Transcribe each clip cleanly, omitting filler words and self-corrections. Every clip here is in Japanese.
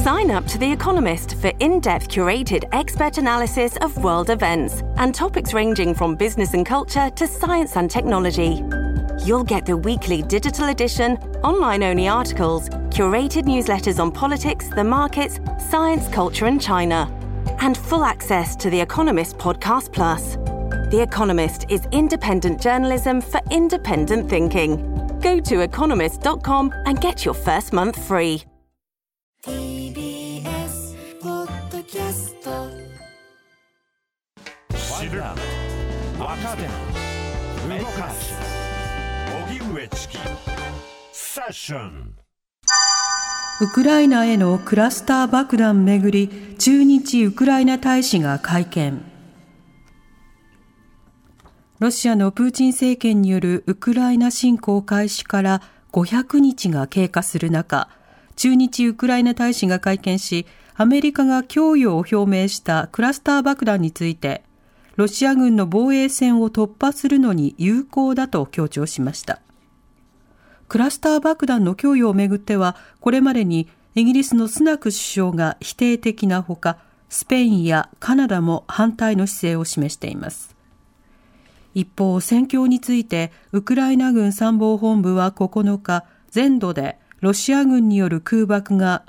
Sign up to The Economist for in-depth curated expert analysis of world events and topics ranging from business and culture to science and technology. You'll get the weekly digital edition, online-only articles, curated newsletters on politics, the markets, science, culture and China, and full access to The Economist Podcast Plus. The Economist is independent journalism for independent thinking. Go to economist.com and get your first month free. TBS ポッドキャスト知る若手動かす荻上チキセッション。 ウクライナへのクラスター爆弾めぐり、駐日ウクライナ大使が会見。ロシアのプーチン政権によるウクライナ侵攻開始から500日が経過する中、駐日ウクライナ大使が会見し、アメリカが供与を表明したクラスター爆弾について、ロシア軍の防衛線を突破するのに有効だと強調しました。クラスター爆弾の供与をめぐっては、これまでにイギリスのスナク首相が否定的なほか、スペインやカナダも反対の姿勢を示しています。一方、戦況について、ウクライナ軍参謀本部は9日、全土でロシア軍による空爆が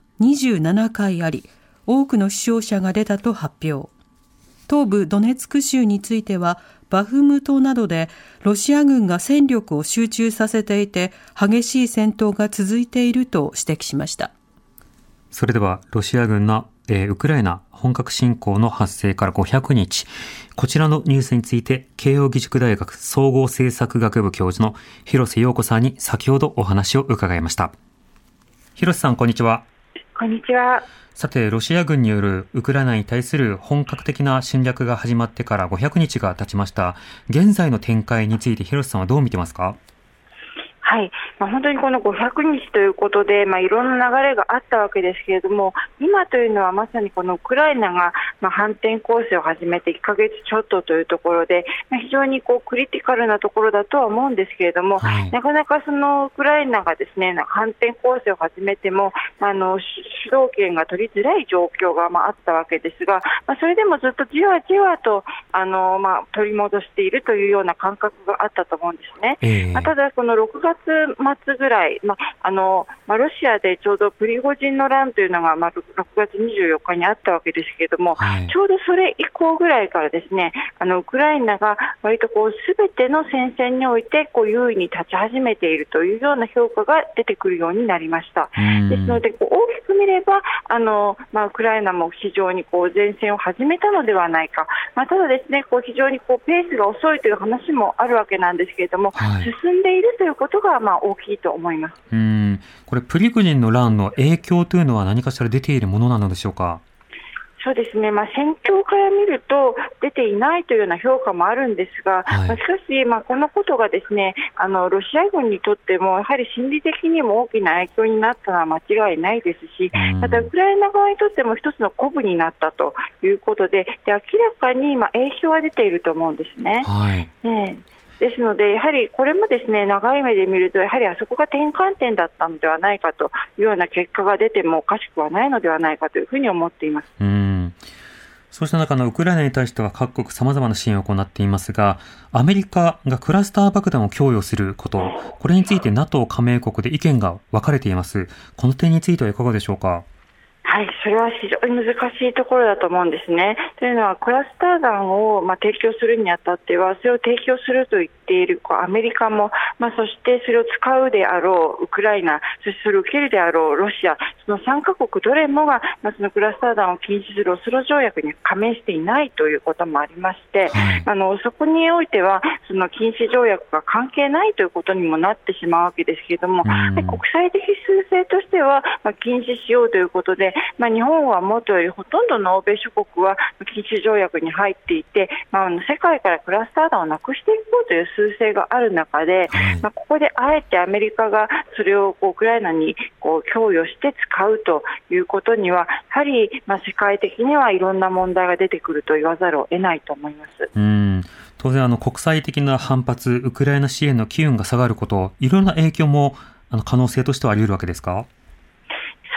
27回あり、多くの死傷者が出たと発表。東部ドネツク州については、バフムトなどでロシア軍が戦力を集中させていて、激しい戦闘が続いていると指摘しました。 それでは、ロシア軍の、ウクライナ本格侵攻の発生から500日、こちらのニュースについて、慶應義塾大学総合政策学部教授の広瀬陽子さんに先ほどお話を伺いました。広瀬さん、こんにちは。 こんにちは。 さて、ロシア軍によるウクライナに対する本格的な侵略が始まってから500日が経ちました。現在の展開について広瀬さんはどう見てますか？ はい、本当にこの500日ということで、いろんな流れがあったわけですけれども、今というのはまさにこのウクライナが反転攻勢を始めて1ヶ月ちょっとというところで、非常にクリティカルなところだとは思うんですけれども、はい、なかなかそのウクライナがですね、反転攻勢を始めても主導権が取りづらい状況があったわけですが、それでもずっとじわじわと取り戻しているというような感覚があったと思うんですね。ただこの6月末ぐらい、ロシアでちょうどプリゴジンの乱というのが6月24日にあったわけですけれども、はい、ちょうどそれ以降ぐらいからですね、ウクライナが割と全ての戦線において優位に立ち始めているというような評価が出てくるようになりました。ですので大きく見ればウクライナも非常に前線を始めたのではないか、ただですね、非常にペースが遅いという話もあるわけなんですけれども、はい、進んでいるということが大きいと思います。 これプリゴジンの乱の影響というのは何かしら出ているものなのでしょうか？ そうですね、戦況から見ると出ていないというような評価もあるんですが、はい、しかし、このことがですね、ロシア軍にとってもやはり心理的にも大きな影響になったのは間違いないですし、またウクライナ側にとっても一つの鼓舞になったということで、明らかに影響は出ていると思うんですね。はい、ですので、やはりこれもですね、長い目で見るとやはりあそこが転換点だったのではないかというような結果が出てもおかしくはないのではないかというふうに思っています。 そうした中のウクライナに対しては各国様々な支援を行っていますが、アメリカがクラスター爆弾を供与すること、これについて NATO 加盟国で意見が分かれています。この点についてはいかがでしょうか？ はい、それは非常に難しいところだと思うんですね。というのはクラスター弾を提供するにあたっては、それを提供すると言っているアメリカも、そしてそれを使うであろうウクライナ、そしてそれを受けるであろうロシア、その3カ国どれもが、そのクラスター弾を禁止するオスロ条約に加盟していないということもありまして、そこにおいてはその禁止条約が関係ないということにもなってしまうわけですけれども、国際的趨勢としては、禁止しようということで、日本はもとよりほとんどの欧米諸国は禁止条約に入っていて、世界からクラスター弾をなくしていこうという趨勢がある中で、ここであえてアメリカがそれをウクライナに供与して使うということには、やはり世界的にはいろんな問題が出てくると言わざるを得ないと思います。 当然国際的な反発、ウクライナ支援の機運が下がること、いろんな影響も可能性としてはあり得るわけですか？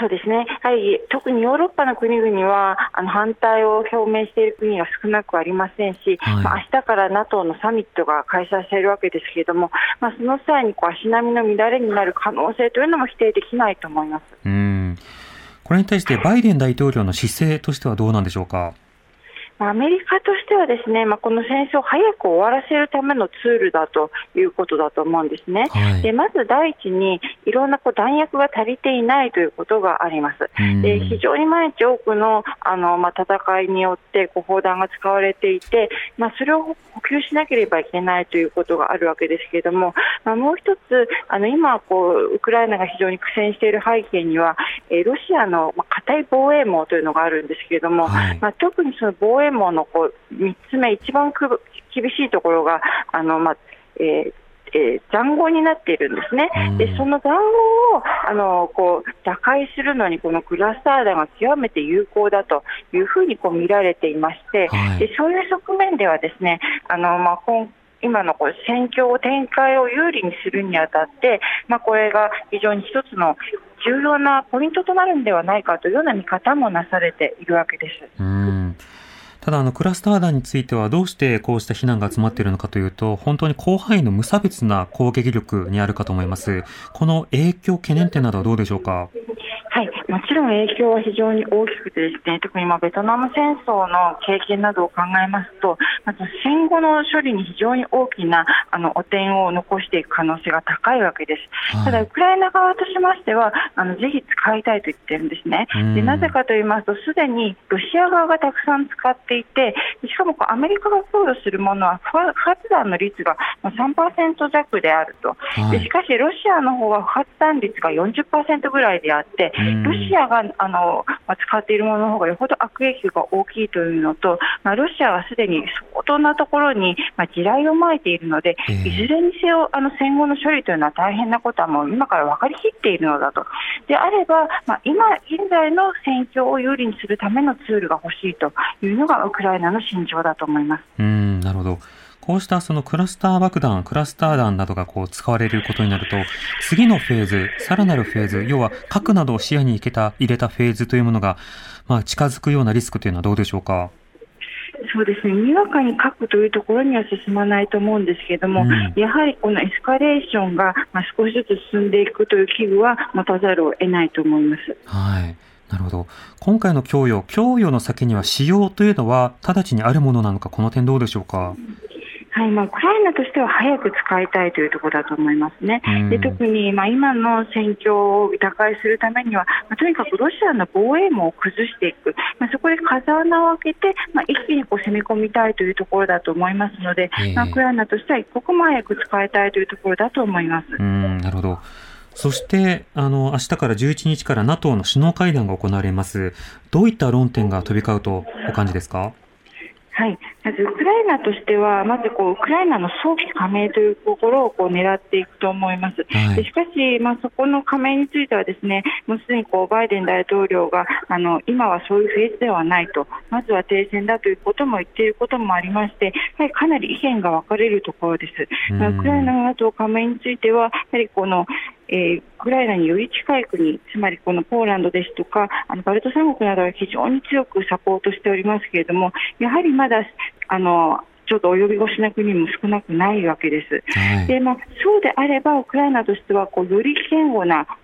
そうですね、やはり特にヨーロッパの国々は反対を表明している国が少なくありませんし、明日から NATO のサミットが開催されるわけですけれども、その際に足並みの乱れになる可能性というのも否定できないと思います。 これに対してバイデン大統領の姿勢としてはどうなんでしょうか。 アメリカとしてはですね、この戦争を早く終わらせるためのツールだということだと思うんですね。でまず第一にいろんな弾薬が足りていないということがあります。で非常に毎日多くの、戦いによって砲弾が使われていて、それを補給しなければいけないということがあるわけですけれども、もう一つ今ウクライナが非常に苦戦している背景にはロシアの固い防衛網というのがあるんですけれども、特にその防衛網の3つ目、一番厳しいところが塹壕になっているんですね。でその塹壕を打開するのにこのクラスター弾が極めて有効だというふうに見られていまして、でそういう側面ではですね、今の戦況展開を有利にするにあたって、これが非常に一つの重要なポイントとなるのではないかというような見方もなされているわけです。 ただクラスター弾についてはどうしてこうした非難が集まっているのかというと、本当に広範囲の無差別な攻撃力にあるかと思います。この影響懸念点などはどうでしょうか。 はい、もちろん影響は非常に大きくてですね、特にベトナム戦争の経験などを考えますと、まず戦後の処理に非常に大きな汚点を残していく可能性が高いわけです。ただウクライナ側としましてはぜひ使いたいと言っているんですね。でなぜかと言いますと、すでにロシア側がたくさん使っていて、しかもアメリカが供与するものは不発弾の率が 3% 弱であると。でしかしロシアの方は不発弾率が 40% ぐらいであって、ロシアが使っているものの方がよほど悪影響が大きいというのと、ロシアはすでに相当なところに地雷をまいているので、いずれにせよ戦後の処理というのは大変なことはもう今から分かりきっているのだと。であれば、今現在の戦況を有利にするためのツールが欲しいというのがウクライナの心情だと思います。 なるほど。こうしたクラスター爆弾、クラスター弾などが使われることになると、次のフェーズ、さらなるフェーズ、要は核などを視野に入れたフェーズというものが、近づくようなリスクというのはどうでしょうか。 そうですね、にわかに核というところには進まないと思うんですけれども、やはりこのエスカレーションが少しずつ進んでいくという危惧は持たざるを得ないと思います。 なるほど。今回の供与の先には使用というのは直ちにあるものなのか、この点どうでしょうか。 はい、ウクライナとしては早く使いたいというところだと思いますね。で特に今の戦況を打開するためには、とにかくロシアの防衛網を崩していく、そこで風穴を開けて、一気に攻め込みたいというところだと思いますので、ウクライナとしては一刻も早く使いたいというところだと思います。 なるほど。そして明日から11日から NATO の首脳会談が行われます。どういった論点が飛び交うとお感じですか。 はい、まずウクライナとしてはウクライナの早期加盟というところを狙っていくと思います。でしかし、そこの加盟についてはですね、もうすでにバイデン大統領が今はそういうフェーズではないと、まずは停戦だということも言っていることもありまして、やはりかなり意見が分かれるところです。ウクライナの NATO 加盟についてはやはりウクライナにより近い国、つまりポーランドですとかバルト三国などは非常に強くサポートしておりますけれども、やはりまだちょっと及び腰な国も少なくないわけです。でそうであればウクライナとしてはより堅固な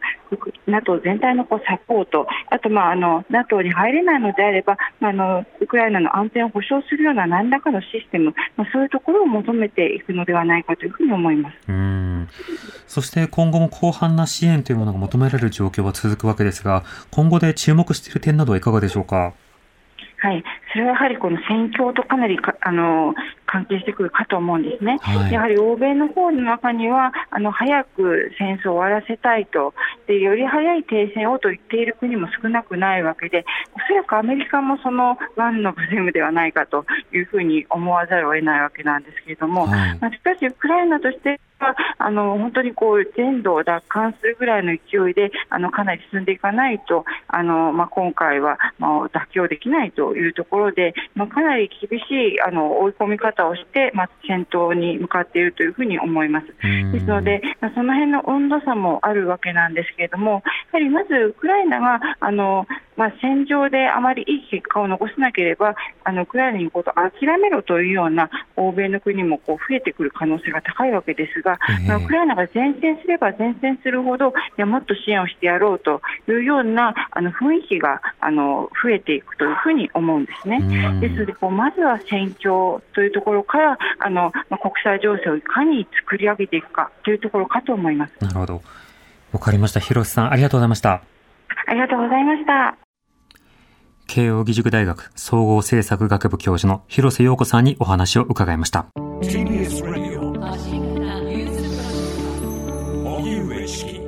NATO 全体のサポート、あとNATO に入れないのであればウクライナの安全を保障するような何らかのシステム、そういうところを求めていくのではないかというふうに思います。 そして今後も広範な支援というものが求められる状況は続くわけですが、今後で注目している点などはいかがでしょうか。 はい、それはやはりこの戦況とかなり関係してくるかと思うんですね。やはり欧米の方の中には早く戦争を終わらせたいと、でより早い停戦をと言っている国も少なくないわけで、おそらくアメリカもそのワンのブレムではないかというふうに思わざるを得ないわけなんですけれども、しかしウクライナとして本当に全土を奪還するぐらいの勢いでかなり進んでいかないと今回は妥協できないというところで、かなり厳しい追い込み方方をして、戦闘に向かっているというふうに思います。ですので、その辺の温度差もあるわけなんですけれども、やはりまずウクライナが戦場であまりいい結果を残せなければウクライナに言うことを諦めろというような欧米の国も増えてくる可能性が高いわけですが、ウクライナが善戦すれば善戦するほどもっと支援をしてやろうというような雰囲気が増えていくというふうに思うんですね。ですのでまずは戦況というところから国際情勢をいかに作り上げていくかというところかと思います。 なるほど、わかりました。広瀬さん、ありがとうございました。 ありがとうございました。 慶應義塾大学総合政策学部教授の広瀬陽子さんにお話を伺いました。 TBS Radio 荻上チキ